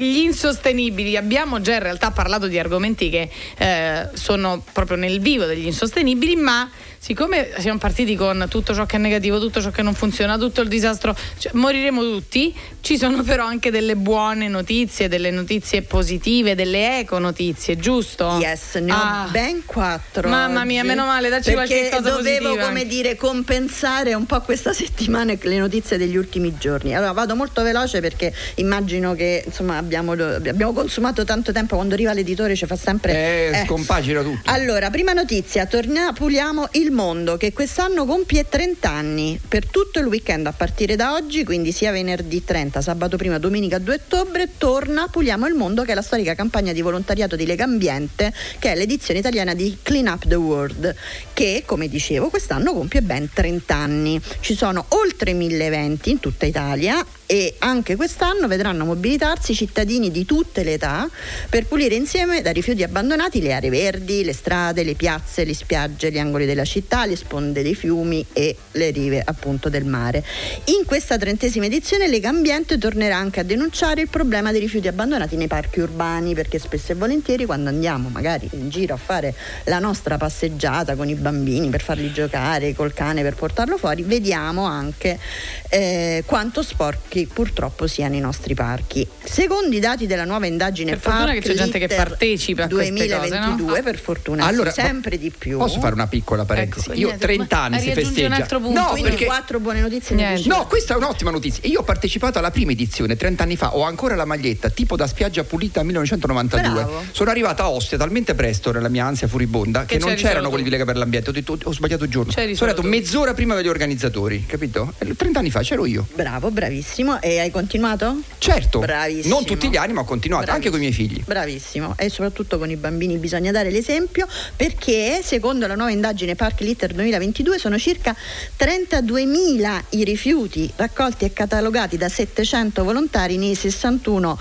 gli insostenibili. Abbiamo già in realtà parlato di argomenti che sono proprio nel vivo degli insostenibili, ma siccome siamo partiti con tutto ciò che è negativo, tutto ciò che non funziona, tutto il disastro, cioè, moriremo tutti, ci sono però anche delle buone notizie, delle notizie positive, delle eco notizie, giusto? Yes, ne ho ben 4. Mamma mia, meno male, dacci qualche cosa dovevo, positiva. come dire, compensare un po' questa settimana le notizie degli ultimi giorni. Allora vado molto veloce perché immagino che insomma abbiamo consumato tanto tempo. Quando arriva l'editore ci fa sempre scompagina tutto. Allora, prima notizia, puliamo il mondo, che quest'anno compie 30 anni. Per tutto il weekend a partire da oggi, quindi sia venerdì 30, sabato 1, domenica 2 ottobre, torna Puliamo il mondo, che è la storica campagna di volontariato di Legambiente, che è l'edizione italiana di Clean Up the World, che, come dicevo, quest'anno compie ben 30 anni. Ci sono oltre 1000 eventi in tutta Italia e anche quest'anno vedranno mobilitarsi cittadini di tutte le età per pulire insieme da rifiuti abbandonati le aree verdi, le strade, le piazze, le spiagge, gli angoli della città, le sponde dei fiumi e le rive appunto del mare. In questa 30ª edizione Legambiente tornerà anche a denunciare il problema dei rifiuti abbandonati nei parchi urbani, perché spesso e volentieri quando andiamo magari in giro a fare la nostra passeggiata con i bambini per farli giocare, col cane per portarlo fuori, vediamo anche quanto sporchi purtroppo siano i nostri parchi. Secondo i dati della nuova indagine per fortuna che c'è gente che partecipa a 2022, queste cose, no? Per fortuna allora, sempre di più. Posso fare una piccola parentesi? Ecco, io 30 anni si festeggia. Un altro punto. No, quindi perché 4 buone notizie. No, questa è un'ottima notizia. Io ho partecipato alla prima edizione 30 anni fa, ho ancora la maglietta tipo da spiaggia pulita 1992. Bravo. Sono arrivata a Ostia talmente presto nella mia ansia furibonda che non c'erano quelli di Lega per l'Ambiente. Ho detto ho sbagliato giorno. Sono arrivato mezz'ora prima degli organizzatori, capito? 30 anni fa c'ero io. Bravo, bravissimo. E hai continuato? Certo. Bravissimo. Non tutti gli anni, ma ho continuato, anche con i miei figli. Bravissimo. E soprattutto con i bambini bisogna dare l'esempio, perché secondo la nuova indagine Park Litter 2022 sono circa 32.000 i rifiuti raccolti e catalogati da 700 volontari nei 61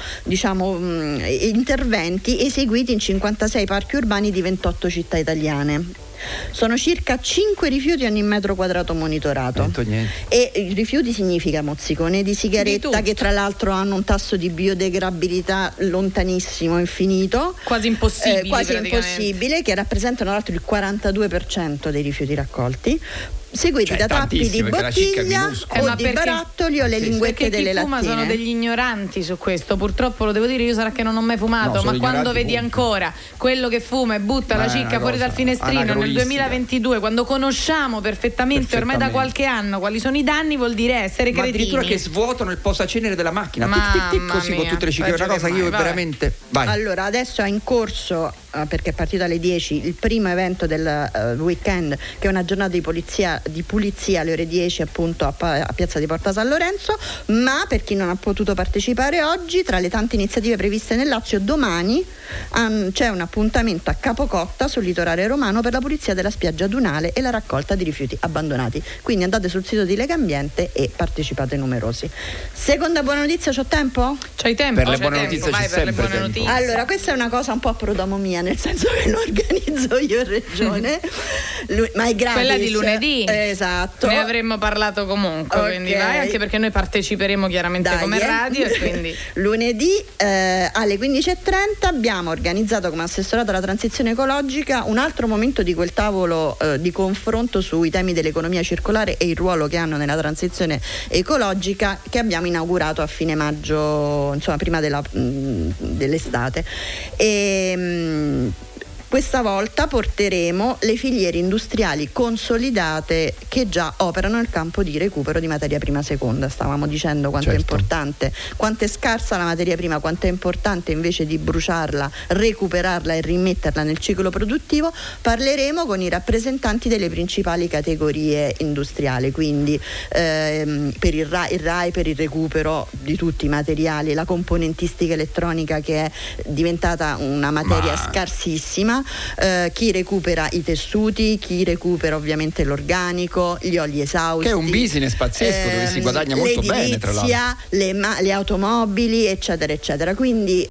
interventi eseguiti in 56 parchi urbani di 28 città italiane. Sono circa 5 rifiuti ogni metro quadrato monitorato. E i rifiuti significa mozzicone di sigaretta, che tra l'altro hanno un tasso di biodegradabilità lontanissimo, infinito, quasi impossibile, che rappresentano tra l'altro il 42% dei rifiuti raccolti, seguiti da tappi di bottiglia o di barattoli o le linguette delle lattine. Chi fuma sono degli ignoranti su questo, purtroppo lo devo dire, io sarà che non ho mai fumato, ma quando vedi ancora quello che fuma e butta la cicca fuori dal finestrino nel 2022, quando conosciamo perfettamente ormai da qualche anno quali sono i danni, vuol dire essere cretini. Ma addirittura che svuotano il posacenere della macchina, così con tutte le cicche, una cosa che io veramente... Vai. Allora adesso è in corso, perché è partito alle 10, il primo evento del weekend, che è una giornata di pulizia alle ore 10 appunto a Piazza di Porta San Lorenzo, ma per chi non ha potuto partecipare oggi, tra le tante iniziative previste nel Lazio, domani c'è un appuntamento a Capocotta sul litorale romano per la pulizia della spiaggia dunale e la raccolta di rifiuti abbandonati, quindi andate sul sito di Legambiente e partecipate numerosi. Seconda buona notizia, c'ho tempo? C'hai tempo? Per le buone notizie c'è sempre tempo. Allora, questa è una cosa un po' a prodomo mia, nel senso che lo organizzo io in regione, ma è gratis. Quella di lunedì. Esatto. Ne avremmo parlato comunque, quindi vai, anche perché noi parteciperemo chiaramente come radio e quindi lunedì alle 15:30 abbiamo organizzato come assessorato alla transizione ecologica un altro momento di quel tavolo di confronto sui temi dell'economia circolare e il ruolo che hanno nella transizione ecologica, che abbiamo inaugurato a fine maggio, insomma prima dell'estate. Questa volta porteremo le filiere industriali consolidate che già operano nel campo di recupero di materia prima seconda. Stavamo dicendo quanto è importante, quanto è scarsa la materia prima, quanto è importante invece di bruciarla, recuperarla e rimetterla nel ciclo produttivo. Parleremo con i rappresentanti delle principali categorie industriali, quindi per il RAI per il recupero di tutti i materiali, la componentistica elettronica che è diventata una materia scarsissima, chi recupera i tessuti, chi recupera ovviamente l'organico, gli oli esausti, che è un business pazzesco dove si guadagna molto bene, tra l'altro, le automobili eccetera eccetera, quindi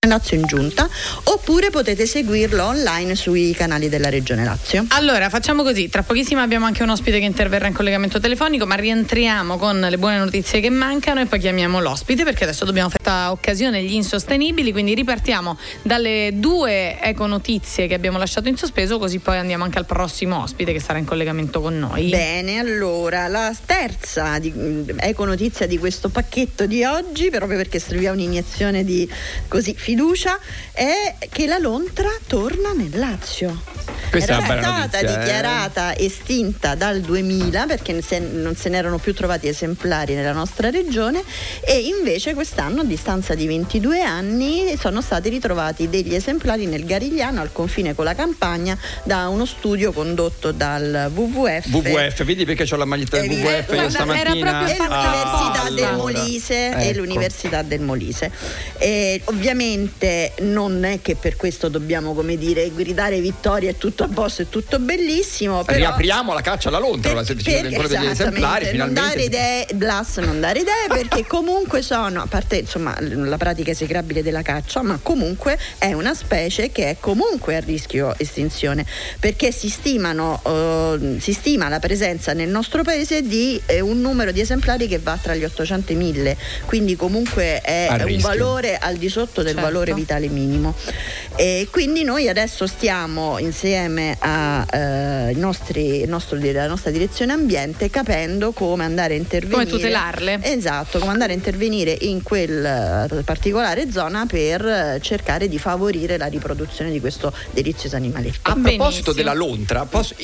Lazio in giunta, oppure potete seguirlo online sui canali della Regione Lazio. Allora facciamo così, tra pochissimo abbiamo anche un ospite che interverrà in collegamento telefonico, ma rientriamo con le buone notizie che mancano e poi chiamiamo l'ospite, perché adesso dobbiamo fare questa occasione gli insostenibili, quindi ripartiamo dalle 2 econotizie che abbiamo lasciato in sospeso, così poi andiamo anche al prossimo ospite che sarà in collegamento con noi. Bene, allora la terza econotizia di questo pacchetto di oggi, proprio perché serviva un'iniezione di fiducia, è che la lontra torna nel Lazio. Questa era è una bella stata notizia, dichiarata estinta dal 2000 perché non se ne erano più trovati esemplari nella nostra regione, e invece quest'anno, a distanza di 22 anni, sono stati ritrovati degli esemplari nel Garigliano, al confine con la Campania, da uno studio condotto dal WWF. Vedi perché c'ho la maglietta del WWF io stamattina? È l'Università del Molise, ecco. È l'Università del Molise. Ovviamente non è che per questo dobbiamo, gridare vittoria, è tutto a posto, è tutto bellissimo, però riapriamo la caccia alla lontra, se diciamo ancora degli esemplari, finalmente. Non dare idee perché comunque sono, a parte la pratica esecrabile della caccia, ma comunque è una specie che è comunque a rischio estinzione, perché si stima la presenza nel nostro paese di un numero di esemplari che va tra gli 800 e i 1000, quindi comunque è un valore al di sotto del valore vitale minimo. E quindi noi adesso stiamo insieme alla nostra direzione ambiente capendo come andare a intervenire, come tutelarle. Esatto, come andare a intervenire in quel particolare zona per cercare di favorire la riproduzione di questo delizioso animaletto. A proposito della lontra,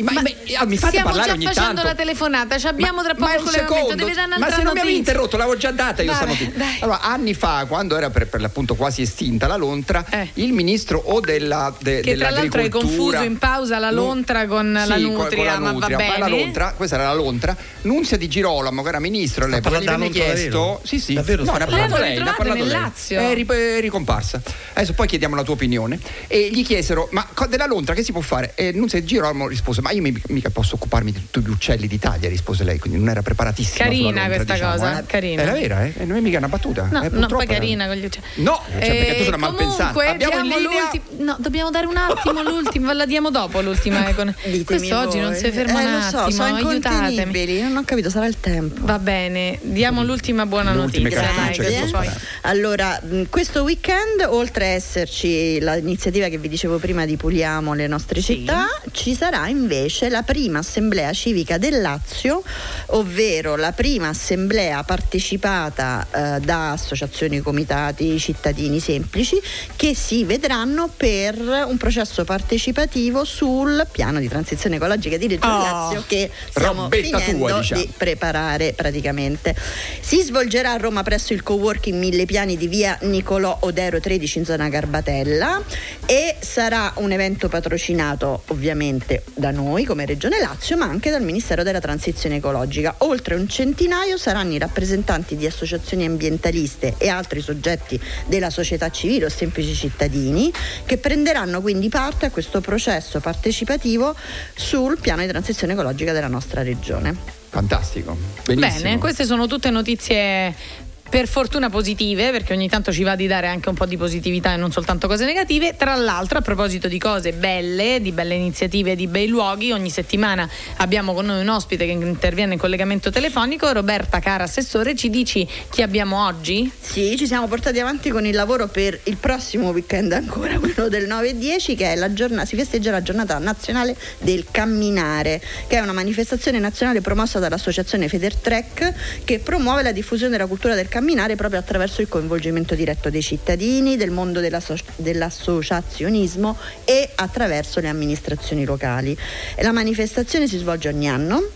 mi fate parlare ogni tanto. Stiamo già facendo la telefonata, ci abbiamo tra poco il collegamento, deve dare un'altra ma se non mi avevi notizia. interrotto, l'avevo già data io stamattina. Allora, anni fa, quando era per l'appunto quasi estinta la lontra, il ministro che tra l'altro hai confuso in pausa la lontra con la nutria, ma va bene. La lontra, questa era la lontra. Nunzia Di Girolamo, che era ministro, lei poi gli venne chiesto. Sì. Davvero? No, ne ha parlato lei, nel Lazio. È ricomparsa. Adesso poi chiediamo la tua opinione. E gli chiesero: ma della lontra che si può fare? E Nunzia Di Girolamo rispose: ma io mica posso occuparmi di tutti gli uccelli d'Italia, rispose lei, quindi non era preparatissima. Carina lontra, questa cosa, carina. Era vera, non è mica una battuta. No, poi carina con gli uccelli. No, perché tu sei una malpensata. Abbiamo in linea. No, dobbiamo dare un attimo l'ultima, la diamo dopo l'ultima. Questo oggi non si ferma un attimo, sono aiutatemi. Non ho capito, sarà il tempo. Va bene, diamo l'ultima buona notizia. Allora, questo weekend, oltre a esserci l'iniziativa che vi dicevo prima di Puliamo le nostre città, ci sarà invece la prima assemblea civica del Lazio, ovvero la prima assemblea partecipata da associazioni, comitati, cittadini semplici, che si vedranno per un processo partecipativo sul piano di transizione ecologica di Regione Lazio, che stiamo finendo di preparare praticamente. Si svolgerà a Roma presso il coworking Mille Piani di via Nicolò Odero 13 in zona Garbatella, e sarà un evento patrocinato ovviamente da noi come Regione Lazio, ma anche dal Ministero della Transizione Ecologica. Oltre un centinaio saranno i rappresentanti di associazioni ambientaliste e altri soggetti della società civile o semplici cittadini, che prenderanno quindi parte a questo processo partecipativo sul piano di transizione ecologica della nostra regione. Fantastico, benissimo. Bene, queste sono tutte notizie per fortuna positive, perché ogni tanto ci va di dare anche un po' di positività e non soltanto cose negative. Tra l'altro, a proposito di cose belle, di belle iniziative, di bei luoghi, ogni settimana abbiamo con noi un ospite che interviene in collegamento telefonico. Roberta, cara assessore, ci dici chi abbiamo oggi? Sì, ci siamo portati avanti con il lavoro per il prossimo weekend ancora, quello del 9 e 10, che è si festeggia la giornata nazionale del camminare, che è una manifestazione nazionale promossa dall'associazione Federtrek, che promuove la diffusione della cultura del camminare proprio attraverso il coinvolgimento diretto dei cittadini, del mondo dell'associazionismo e attraverso le amministrazioni locali. La manifestazione si svolge ogni anno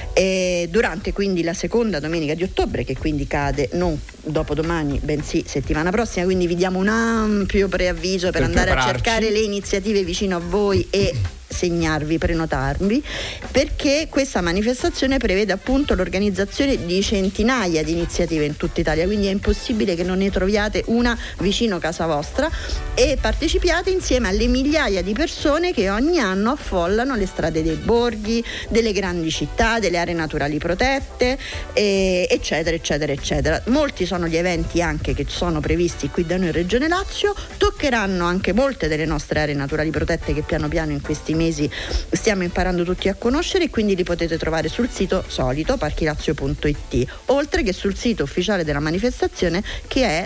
e durante quindi la seconda domenica di ottobre, che quindi cade non dopodomani bensì settimana prossima, quindi vi diamo un ampio preavviso per andare a cercare le iniziative vicino a voi e segnarvi, prenotarvi, perché questa manifestazione prevede appunto l'organizzazione di centinaia di iniziative in tutta Italia, quindi è impossibile che non ne troviate una vicino casa vostra e partecipiate insieme alle migliaia di persone che ogni anno affollano le strade dei borghi, delle grandi città, delle aree naturali protette, eccetera eccetera eccetera. Molti sono gli eventi anche che sono previsti qui da noi in Regione Lazio, toccheranno anche molte delle nostre aree naturali protette che piano piano in questi mesi stiamo imparando tutti a conoscere, e quindi li potete trovare sul sito solito parchilazio.it, oltre che sul sito ufficiale della manifestazione, che è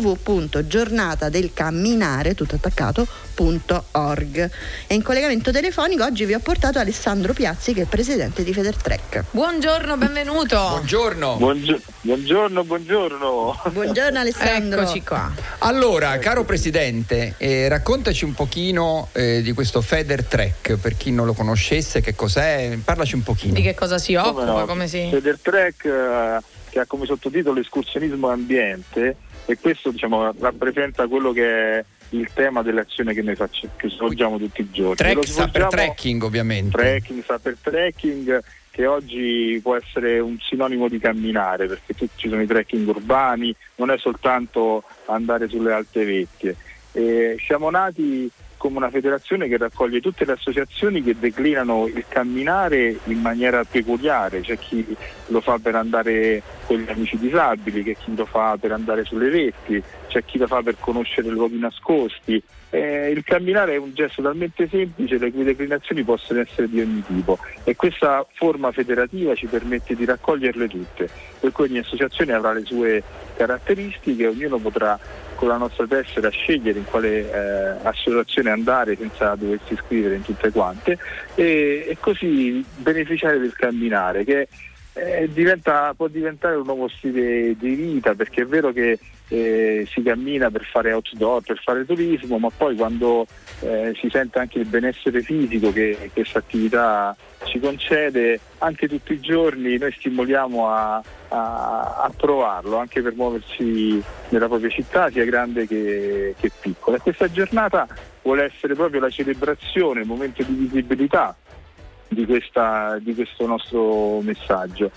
www.giornatadelcamminare tuttattaccato.org. E in collegamento telefonico oggi vi ho portato Alessandro Piazzi, che è il presidente di Federtrek. Buongiorno, benvenuto. Buongiorno. Buongiorno. Buongiorno Alessandro. Eccoci qua. Allora, caro presidente, raccontaci un pochino di questo Federtrek, per chi non lo conoscesse, che cos'è, parlaci un pochino. Di che cosa si occupa, come si... Federtrek che ha come sottotitolo l'escursionismo ambiente, e questo rappresenta quello che è il tema dell'azione che noi facciamo, che svolgiamo tutti i giorni. Trek sta per trekking, ovviamente. Trekking sta per trekking, che oggi può essere un sinonimo di camminare, perché ci sono i trekking urbani, non è soltanto andare sulle alte vette. Siamo nati come una federazione che raccoglie tutte le associazioni che declinano il camminare in maniera peculiare. C'è chi lo fa per andare con gli amici disabili, c'è chi lo fa per andare sulle vette, c'è chi lo fa per conoscere luoghi nascosti. Il camminare è un gesto talmente semplice le cui declinazioni possono essere di ogni tipo, e questa forma federativa ci permette di raccoglierle tutte, per cui ogni associazione avrà le sue caratteristiche, ognuno potrà con la nostra tessera scegliere in quale associazione andare senza doversi iscrivere in tutte quante, e così beneficiare del camminare, che può diventare un nuovo stile di vita, perché è vero che si cammina per fare outdoor, per fare turismo, ma poi quando si sente anche il benessere fisico che questa attività ci concede anche tutti i giorni, noi stimoliamo a provarlo anche per muoversi nella propria città, sia grande che piccola. E questa giornata vuole essere proprio la celebrazione, il momento di visibilità di questo nostro messaggio.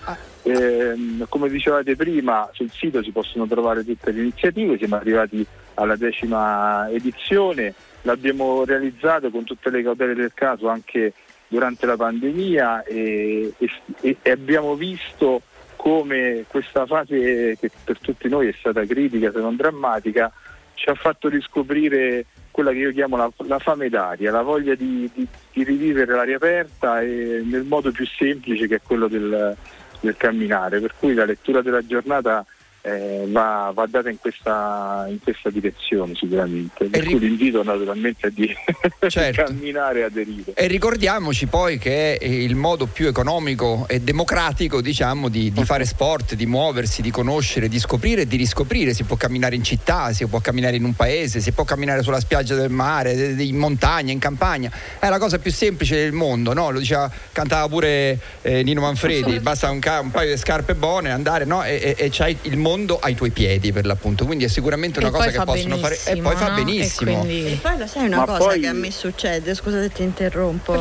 Come dicevate prima, sul sito si possono trovare tutte le iniziative. Siamo arrivati alla 10ª edizione, l'abbiamo realizzato con tutte le cautele del caso anche durante la pandemia, e abbiamo visto come questa fase, che per tutti noi è stata critica se non drammatica, ci ha fatto riscoprire quella che io chiamo la fame d'aria, la voglia di rivivere l'aria aperta, e nel modo più semplice, che è quello del camminare. Per cui la lettura della giornata va data in questa direzione sicuramente, per cui l'invito naturalmente è di certo. camminare e aderire. E ricordiamoci poi che è il modo più economico e democratico, diciamo, di fare sport, di muoversi, di conoscere, di scoprire e di riscoprire. Si può camminare in città, si può camminare in un paese, si può camminare sulla spiaggia del mare, in montagna, in campagna. È la cosa più semplice del mondo, no? Lo cantava pure Nino Manfredi, basta un paio di scarpe buone, andare, no? E c'hai il mondo ai tuoi piedi, per l'appunto, quindi è sicuramente una cosa che possono fare, e poi fa benissimo. E poi lo sai una cosa che a me succede, scusate ti interrompo,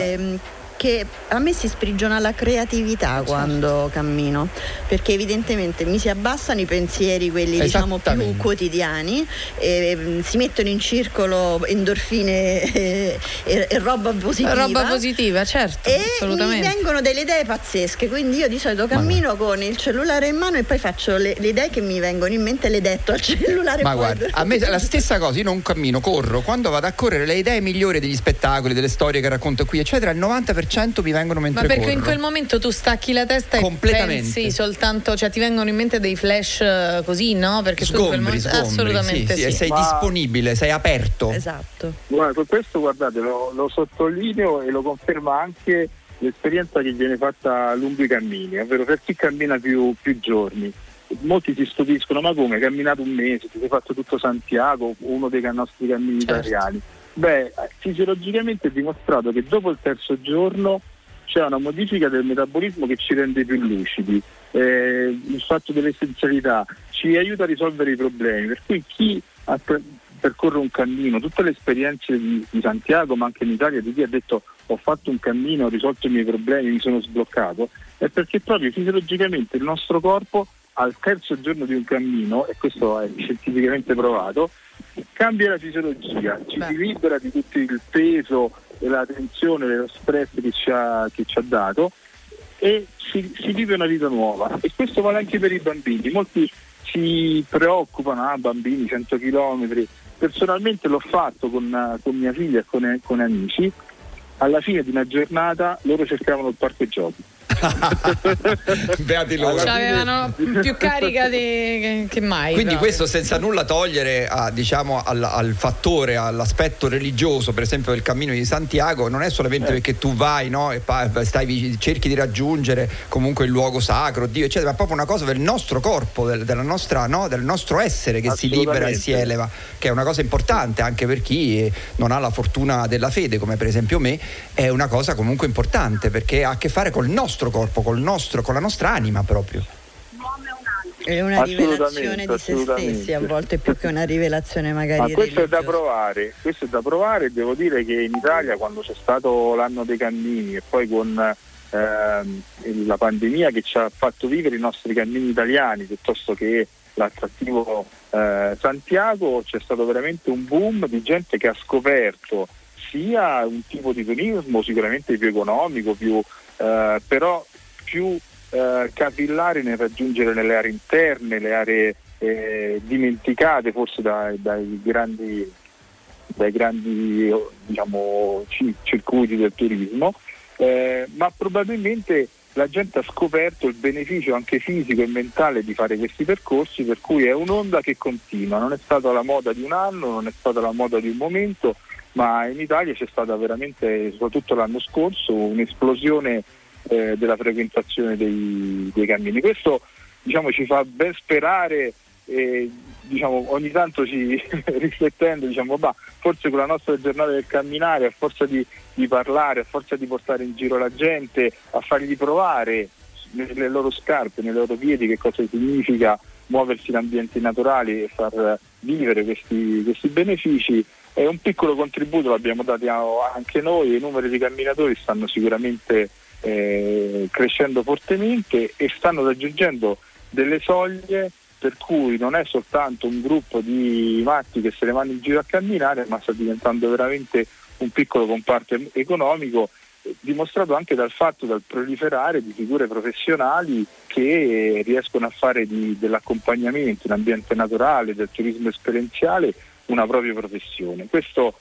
che a me si sprigiona la creatività quando cammino, perché evidentemente mi si abbassano i pensieri, quelli diciamo più quotidiani, si mettono in circolo endorfine e roba positiva, certo, e assolutamente. mi vengono delle idee pazzesche, quindi io di solito cammino con il cellulare in mano e poi faccio le idee che mi vengono in mente, le detto al cellulare. Ma guarda, a me è la stessa cosa, io non cammino, corro. Quando vado a correre, le idee migliori degli spettacoli, delle storie che racconto qui, eccetera, il 90% mi vengono mentre corro. Ma perché in quel momento tu stacchi la testa e pensi soltanto, cioè ti vengono in mente dei flash così, no? Perché sgombri, assolutamente sì. Sei disponibile, sei aperto. Esatto. Guarda, questo guardate, lo sottolineo, e lo conferma anche l'esperienza che viene fatta lungo i cammini, ovvero per chi cammina più giorni. Molti si stupiscono, ma come, hai camminato un mese, ti sei fatto tutto Santiago, uno dei nostri cammini italiani. Beh, fisiologicamente è dimostrato che dopo il terzo giorno c'è una modifica del metabolismo che ci rende più lucidi, il fatto dell'essenzialità ci aiuta a risolvere i problemi, per cui chi percorre un cammino, tutte le esperienze di Santiago, ma anche in Italia, di chi ha detto ho fatto un cammino, ho risolto i miei problemi, mi sono sbloccato, è perché proprio fisiologicamente il nostro corpo al terzo giorno di un cammino, e questo è scientificamente provato, cambia la fisiologia, ci libera di tutto il peso e la tensione, lo stress che ci ha dato, e si vive una vita nuova. E questo vale anche per i bambini. Molti si preoccupano, bambini 100 km. Personalmente l'ho fatto con mia figlia e con amici. Alla fine di una giornata loro cercavano il parco giochi. Beati loro. Avevano più carica che mai. Quindi proprio. questo senza nulla togliere al fattore, all'aspetto religioso, per esempio del cammino di Santiago, non è solamente perché tu vai, no, e cerchi di raggiungere comunque il luogo sacro, Dio eccetera, ma è proprio una cosa del nostro corpo, del nostro essere che si libera e si eleva, che è una cosa importante anche per chi non ha la fortuna della fede, come per esempio me. È una cosa comunque importante perché ha a che fare col nostro corpo, con la nostra anima proprio. È una rivelazione di se stessi, a volte più che una rivelazione magari. Ma questo è da provare. Devo dire che in Italia, quando c'è stato l'anno dei cammini e poi con la pandemia che ci ha fatto vivere i nostri cammini italiani piuttosto che l'attrattivo Santiago, c'è stato veramente un boom di gente che ha scoperto sia un tipo di turismo sicuramente più economico, però più capillare nel raggiungere nelle aree interne, le aree dimenticate forse dai grandi diciamo circuiti del turismo, ma probabilmente la gente ha scoperto il beneficio anche fisico e mentale di fare questi percorsi, per cui è un'onda che continua, non è stata la moda di un anno, non è stata la moda di un momento, ma in Italia c'è stata veramente, soprattutto l'anno scorso, un'esplosione della frequentazione dei cammini. Questo ci fa ben sperare, ogni tanto riflettendo forse con la nostra giornata del camminare, a forza di parlare, a forza di portare in giro la gente, a fargli provare nelle loro scarpe, nei loro piedi che cosa significa muoversi in ambienti naturali e far vivere questi benefici, è un piccolo contributo, l'abbiamo dato anche noi. I numeri di camminatori stanno sicuramente crescendo fortemente e stanno raggiungendo delle soglie per cui non è soltanto un gruppo di matti che se ne vanno in giro a camminare, ma sta diventando veramente un piccolo comparto economico, dimostrato anche dal proliferare di figure professionali che riescono a fare dell'accompagnamento in ambiente naturale, del turismo esperienziale, una propria professione. Questo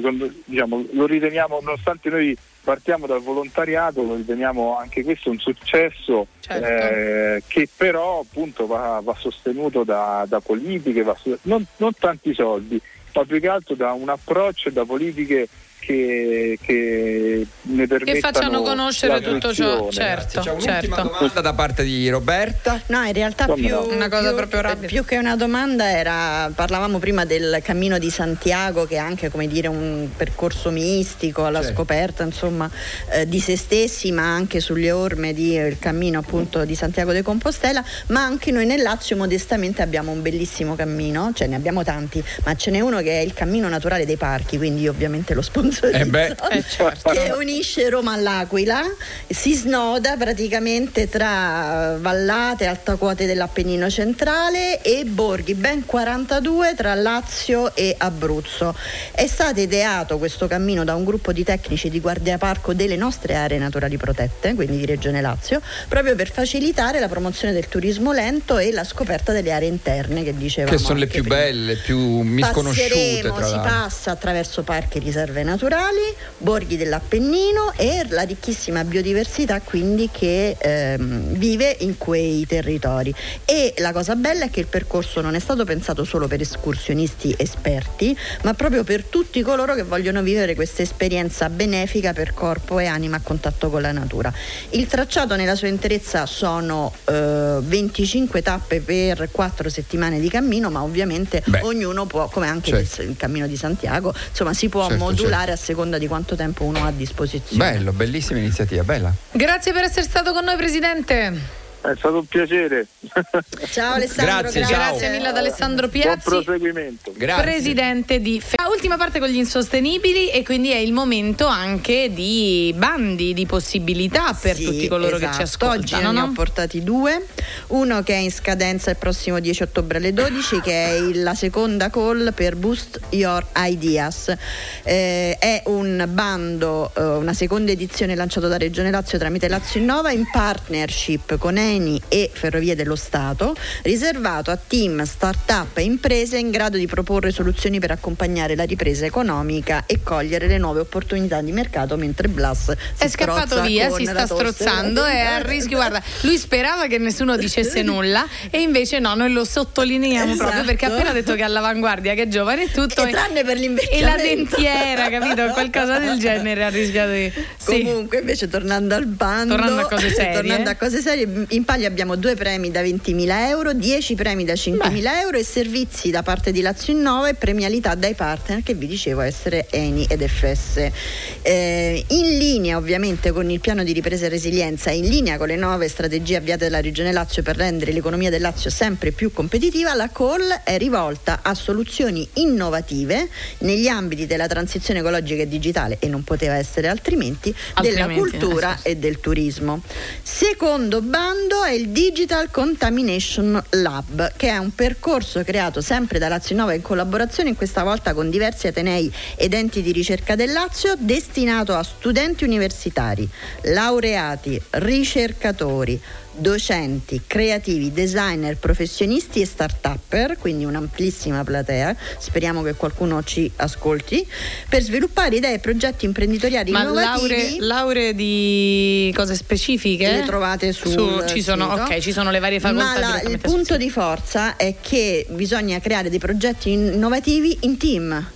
lo riteniamo, nonostante noi partiamo dal volontariato, lo riteniamo anche questo un successo, certo. Che però appunto va sostenuto da politiche, non tanti soldi, ma più che altro da un approccio e da politiche che ne permettano, che facciano conoscere tutto ciò. Certo, c'è un'ultima domanda da parte di Roberta. No, in realtà una cosa proprio rapida. Più che una domanda parlavamo prima del cammino di Santiago, che è anche, come dire, un percorso mistico alla scoperta, insomma, di se stessi, ma anche sulle orme del cammino appunto di Santiago de Compostela. Ma anche noi nel Lazio modestamente abbiamo un bellissimo cammino, ne abbiamo tanti, ma ce n'è uno che è il cammino naturale dei parchi, quindi io ovviamente lo sponsorizzo, certo. che unisce Roma all'Aquila, si snoda praticamente tra vallate, altaquote dell'Appennino centrale e borghi, ben 42 tra Lazio e Abruzzo. È stato ideato questo cammino da un gruppo di tecnici di Guardia Parco delle nostre aree naturali protette, quindi di Regione Lazio, proprio per facilitare la promozione del turismo lento e la scoperta delle aree interne, che dicevamo, che sono le più belle, più misconosciute. Si passa attraverso parchi e riserve naturali, borghi dell'Appennino e la ricchissima biodiversità quindi che vive in quei territori. E la cosa bella è che il percorso non è stato pensato solo per escursionisti esperti, ma proprio per tutti coloro che vogliono vivere questa esperienza benefica per corpo e anima a contatto con la natura. Il tracciato nella sua interezza sono 25 tappe per 4 settimane di cammino, ma ovviamente ognuno può, come anche il cammino di Santiago, insomma si può modulare a seconda di quanto tempo uno ha a disposizione. Bello, bellissima iniziativa, bella. Grazie per essere stato con noi, Presidente. È stato un piacere. Ciao Alessandro, grazie mille ad Alessandro Piazzi. Buon proseguimento. Grazie. Presidente di ultima parte con gli insostenibili, e quindi è il momento anche di bandi, di possibilità per tutti coloro che ci ascoltano. Oggi ne ho portati due, uno che è in scadenza il prossimo 10 ottobre alle 12, che è la seconda call per Boost Your Ideas. È un bando, una seconda edizione lanciato da Regione Lazio tramite Lazio Innova in partnership con ENI e Ferrovie dello Stato, riservato a team, start-up e imprese in grado di proporre soluzioni per accompagnare la ripresa economica e cogliere le nuove opportunità di mercato, mentre Blas è scappato via, si sta strozzando, è a rischio. Guarda, lui sperava che nessuno dicesse nulla e invece no, noi lo sottolineiamo proprio perché ha appena detto che è all'avanguardia, che è giovane e tutto, e tranne per l'invecchiamento e la dentiera, capito? Qualcosa del genere ha rischiato di... Comunque invece tornando al bando, tornando a cose serie, in palio abbiamo 2 premi da 20.000 euro, 10 premi da 5.000 euro e servizi da parte di Lazio Innova e premialità dai partner che vi dicevo essere ENI ed FS. In linea ovviamente con il piano di ripresa e resilienza, in linea con le nuove strategie avviate dalla Regione Lazio per rendere l'economia del Lazio sempre più competitiva, la call è rivolta a soluzioni innovative negli ambiti della transizione ecologica e digitale, e non poteva essere altrimenti della cultura e del turismo. Secondo bando è il Digital Contamination Lab, che è un percorso creato sempre da Lazio Innova in collaborazione, in questa volta con diversi atenei ed enti di ricerca del Lazio, destinato a studenti universitari, laureati, ricercatori, docenti, creativi, designer, professionisti e start-upper, quindi un'amplissima platea, speriamo che qualcuno ci ascolti, per sviluppare idee e progetti imprenditoriali innovativi. Lauree di cose specifiche? Le trovate sul ci sono, sito. Ok, ci sono le varie facoltà. Ma il punto di forza è che bisogna creare dei progetti innovativi in team.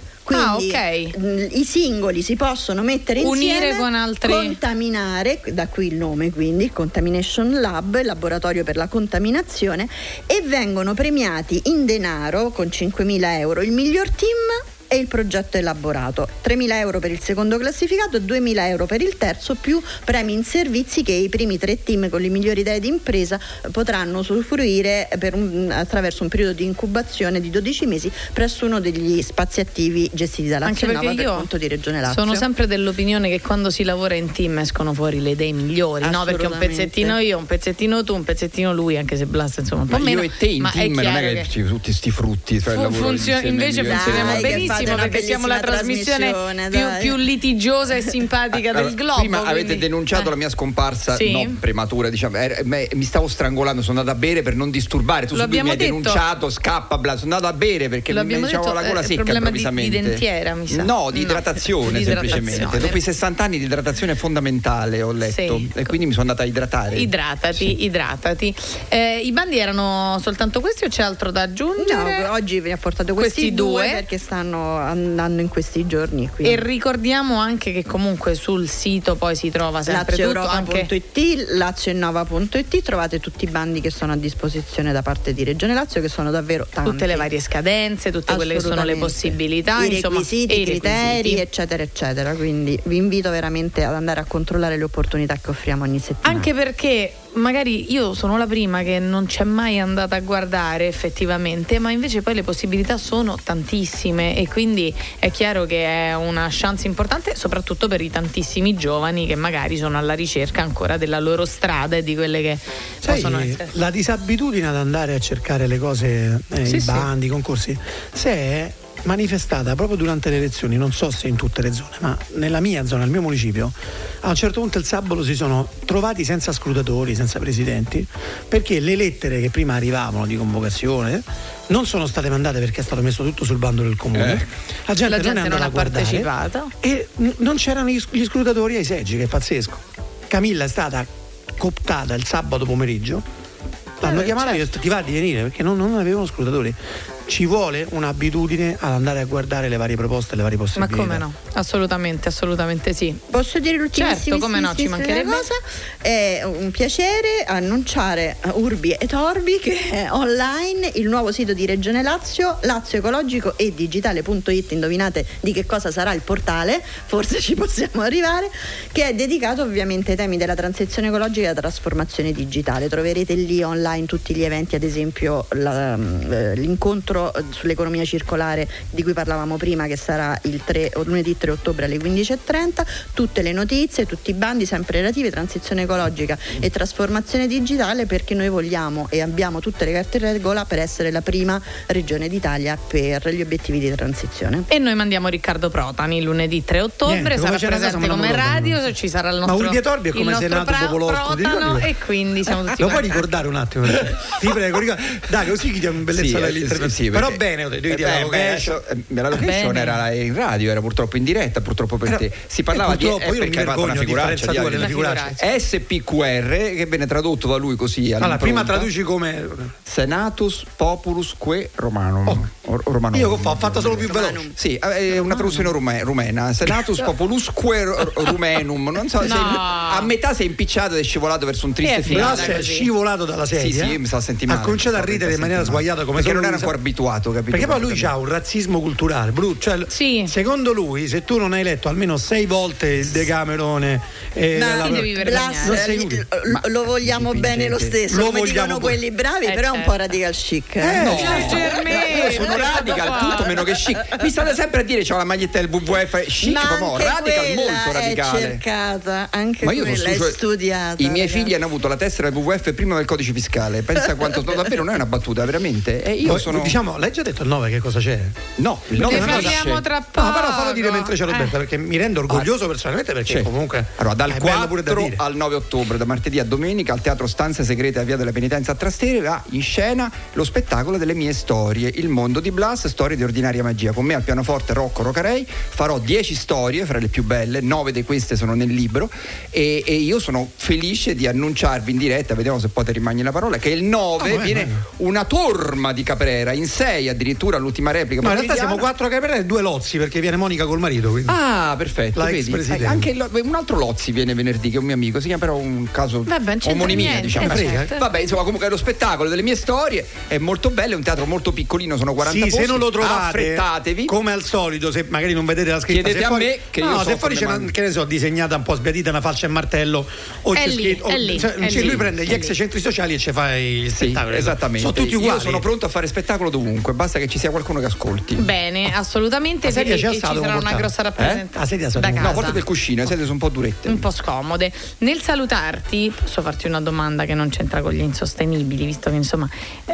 Quindi i singoli si possono mettere insieme, unire con altri, contaminare, da qui il nome, quindi il Contamination Lab, laboratorio per la contaminazione, e vengono premiati in denaro con 5.000 euro il miglior team e il progetto elaborato, 3.000 euro per il secondo classificato e 2.000 euro per il terzo, più premi in servizi che i primi 3 team con le migliori idee di impresa potranno usufruire attraverso un periodo di incubazione di 12 mesi presso uno degli spazi attivi gestiti da Lazio Innova per conto di Regione Lazio. Sono sempre dell'opinione che quando si lavora in team escono fuori le idee migliori, no? Perché un pezzettino io, un pezzettino tu, un pezzettino lui, anche se Blas insomma un po' meno. Io e te in team non è che tutti sti frutti, invece funzioniamo benissimo, perché siamo la trasmissione più litigiosa e simpatica del globo. Prima avete denunciato la mia scomparsa prematura, diciamo. Mi stavo strangolando, sono andato a bere per non disturbare. Tu subito mi hai denunciato, scappa, sono andato a bere perché mi diciamo la gola secca improvvisamente. Di dentiera, mi sa. No, di idratazione semplicemente. Dopo i 60 anni di idratazione è fondamentale, ho letto, e quindi mi sono andata a idratare. Idratati. I bandi erano soltanto questi o c'è altro da aggiungere? No, oggi vi ho portato questi due perché stanno andando in questi giorni. Quindi. E ricordiamo anche che comunque sul sito poi si trova sempre LazioEuropa.it, LazioInnova.it, trovate tutti i bandi che sono a disposizione da parte di Regione Lazio, che sono davvero tanti. Tutte le varie scadenze, tutte quelle che sono le possibilità, i requisiti, i criteri, eccetera eccetera. Quindi vi invito veramente ad andare a controllare le opportunità che offriamo ogni settimana. Anche perché magari io sono la prima che non c'è mai andata a guardare effettivamente, ma invece poi le possibilità sono tantissime, e quindi è chiaro che è una chance importante soprattutto per i tantissimi giovani che magari sono alla ricerca ancora della loro strada e di quelle che possono essere. La disabitudine ad andare a cercare le cose, i bandi, i concorsi, se è manifestata proprio durante le elezioni, non so se in tutte le zone, ma nella mia zona, nel mio municipio, a un certo punto il sabato si sono trovati senza scrutatori, senza presidenti, perché le lettere che prima arrivavano di convocazione non sono state mandate perché è stato messo tutto sul bando del comune. La gente non è andata a guardare, partecipato, e non c'erano gli scrutatori ai seggi, che è pazzesco. Camilla è stata cooptata il sabato pomeriggio, l'hanno chiamata e gli ho detto: ti va di venire, perché non avevano scrutatori. ci vuole un'abitudine ad andare a guardare le varie proposte, le varie possibilità. Ma come no? Assolutamente sì. Posso dire l'ultima Certo, come no, ci mancherebbe. cosa? È un piacere annunciare Urbi et Orbi che è online il nuovo sito di Regione Lazio, lazioecologico e digitale.it. Indovinate di che cosa sarà il portale, forse ci possiamo arrivare, che è dedicato ovviamente ai temi della transizione ecologica e della trasformazione digitale. Troverete lì online tutti gli eventi, ad esempio l'incontro sull'economia circolare di cui parlavamo prima, che sarà lunedì 3 ottobre alle 15:30, tutte le notizie, tutti i bandi sempre relativi a transizione ecologica e trasformazione digitale, perché noi vogliamo e abbiamo tutte le carte in regola per essere la prima regione d'Italia per gli obiettivi di transizione. E noi mandiamo Riccardo Protani lunedì 3 ottobre, sarà presente come radio, ci sarà il nostro, ma Urbi et Orbi è come Senato Popolosco, Protano, e quindi siamo tutti lo puoi ricordare un attimo? Ti prego, dai, così chiediamo in bellezza l'intervento. Però bene, la location era in radio, era purtroppo in diretta, purtroppo per te. Si parlava di perché ha fatto una figuraccia SPQR, che viene tradotto da lui così. Allora, prima traduci come Senatus Populusque Romanum. Io ho fatto solo più veloce. Sì, è una traduzione rumena. Senatus Populusque Rumenum. Non so, a metà sei impicciato ed è scivolato verso un triste finale. Però è scivolato dalla sedia. Sì, mi sta sentendo. Ha cominciato a ridere in maniera sguaiata, come perché non era ancora abituato, capito? Perché poi lui c'ha un razzismo culturale, secondo lui, se tu non hai letto almeno 6 volte il Decamerone lo vogliamo bene lo stesso, come dicono quelli bravi, però è un po' radical chic. Io sono radical, tutto meno che chic. Mi state sempre a dire c'ho la maglietta del WWF chic, ma radical, molto radicale. È cercata, anche quella è studiata. I miei figli hanno avuto la tessera del WWF prima del codice fiscale. Pensa quanto davvero, non è una battuta, veramente. E io sono, diciamo, lei già detto il 9 che cosa c'è? No, il 9 ne parliamo tra poco. No, però fallo dire mentre c'è Roberta, perché mi rendo orgoglioso personalmente, perché comunque allora, dal 4 al 9 ottobre, da martedì a domenica, al Teatro Stanze Segrete a Via della Penitenza a Trastevere, va in scena lo spettacolo delle mie storie, il mondo di Blas, storie di ordinaria magia. Con me al pianoforte Rocco Rocarei farò 10 storie fra le più belle, 9 di queste sono nel libro, e io sono felice di annunciarvi in diretta, vediamo se poi ti rimani la parola, che il 9 viene una torma di Caprera, in 6 addirittura l'ultima replica. No, in realtà siamo 4 Caprera e 2 Lozzi, perché viene Monica col marito, quindi. Ah, perfetto, vedi? Anche un altro Lozzi viene venerdì, che è un mio amico, si chiama però un caso omonimia, diciamo. Vabbè, insomma, comunque è lo spettacolo delle mie storie, è molto bello, è un teatro molto piccolino, sono 40 posti. Se non lo trovate, affrettatevi. Come al solito, se magari non vedete la scritta, chiedete a me, che io se fuori c'è che ne so, disegnata un po' sbiadita, una falce e martello, o c'è scritto, lui prende gli ex centri sociali e ci fa gli spettacoli. Esattamente. Sono tutti uguali. Io sono pronto a fare spettacolo dovunque, basta che ci sia qualcuno che ascolti. Bene, assolutamente. E ci sarà una grossa rappresentazione. No, portate il cuscino, le sedie sono un po' durette, un po' scomode. Nel salutarti, posso farti una domanda che non c'entra con gli insostenibili, visto che insomma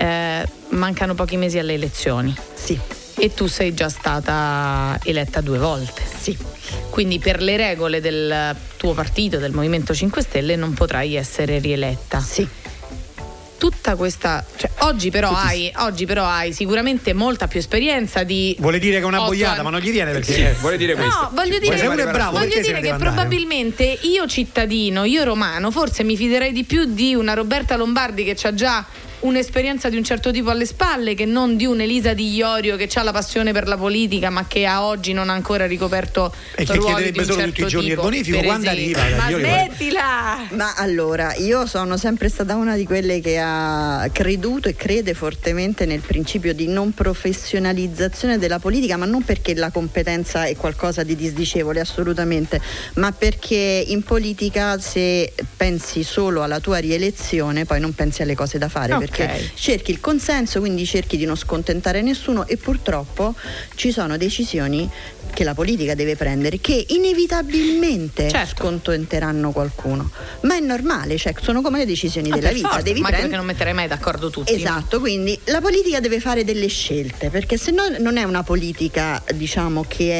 mancano pochi mesi alle elezioni. Sì. E tu sei già stata eletta 2 volte. Sì. Quindi per le regole del tuo partito, del Movimento 5 Stelle, non potrai essere rieletta. Sì. Tutta questa, cioè, oggi però hai sicuramente molta più esperienza di. Vuole dire che è una boiata, ma non gli viene, perché vuole dire questo. No, voglio dire, sei uno è bravo, voglio dire che probabilmente io cittadino, io romano, forse mi fiderei di più di una Roberta Lombardi che c'ha già un'esperienza di un certo tipo alle spalle, che non di un'Elisa Di Iorio che ha la passione per la politica ma che a oggi non ha ancora ricoperto e che chiederebbe solo tutti i giorni il bonifico quando arriva. Ma smettila! Ma allora, io sono sempre stata una di quelle che ha creduto e crede fortemente nel principio di non professionalizzazione della politica, ma non perché la competenza è qualcosa di disdicevole, assolutamente, ma perché in politica se pensi solo alla tua rielezione poi non pensi alle cose da fare, perché cerchi il consenso, quindi cerchi di non scontentare nessuno, e purtroppo ci sono decisioni che la politica deve prendere che inevitabilmente scontenteranno qualcuno, ma è normale, cioè sono come le decisioni della vita, forza, devi ma anche che non metterei mai d'accordo tutti. Esatto, quindi la politica deve fare delle scelte, perché se no non è una politica, diciamo, che è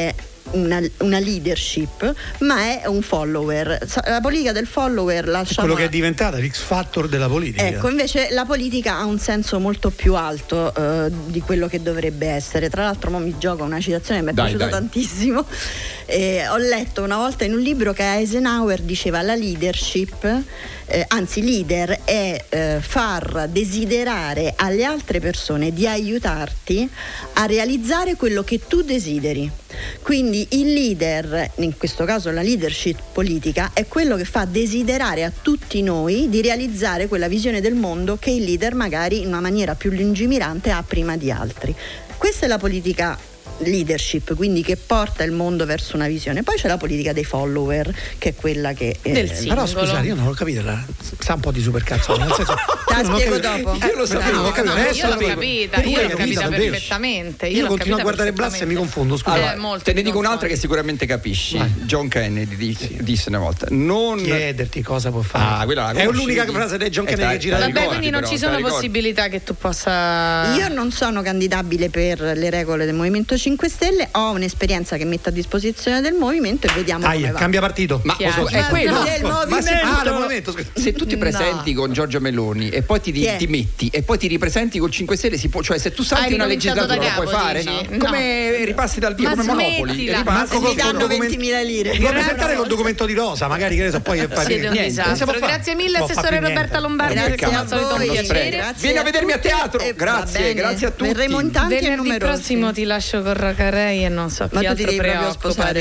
una leadership, ma è un follower. La politica del follower lascia quello che è diventata l'X Factor della politica. Ecco, invece la politica ha un senso molto più alto di quello che dovrebbe essere. Tra l'altro mi gioco una citazione che mi è piaciuta tantissimo. Ho letto una volta in un libro che Eisenhower diceva: la leadership, anzi leader è far desiderare alle altre persone di aiutarti a realizzare quello che tu desideri. Quindi il leader, in questo caso la leadership politica, è quello che fa desiderare a tutti noi di realizzare quella visione del mondo che il leader magari in una maniera più lungimirante ha prima di altri. Questa è la politica leadership, quindi che porta il mondo verso una visione. Poi c'è la politica dei follower, che è quella che però scusate, io non ho capito, sa un po' di supercazzo, nel senso te la spiego dopo. Io lo sapevo, io l'ho capita perfettamente. Io continuo a guardare Blas e mi confondo, scusa. Allora, te ne dico un'altra che sicuramente capisci. John Kennedy disse una volta: non chiederti cosa può fare. Quella è l'unica frase di John Kennedy che gira. Vabbè, quindi non ci sono possibilità che tu possa. Io non sono candidabile per le regole del Movimento 5 Stelle, ho un'esperienza che metto a disposizione del movimento e vediamo come va. Cambia partito. Ma è quello del movimento. Se tu ti presenti con Giorgia Meloni e poi ti metti e poi ti ripresenti con 5 Stelle, si può, cioè se tu salti una legislatura lo puoi fare, come ripassi dal via, come Monopoli, mi danno 20.000 lire. Devo presentare col documento di rosa, magari che ne so, poi siete un disastro. Grazie mille assessore Roberta Lombardi, grazie a voi, vieni a vedermi a teatro. Grazie a tutti. Verremo in tanti e numerosi. Il prossimo ti lascio con Racarei e non so chi altro. Preoccupati.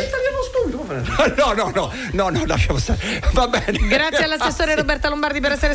No, lasciamo stare. Va bene. Grazie all'assessore Roberta Lombardi per essere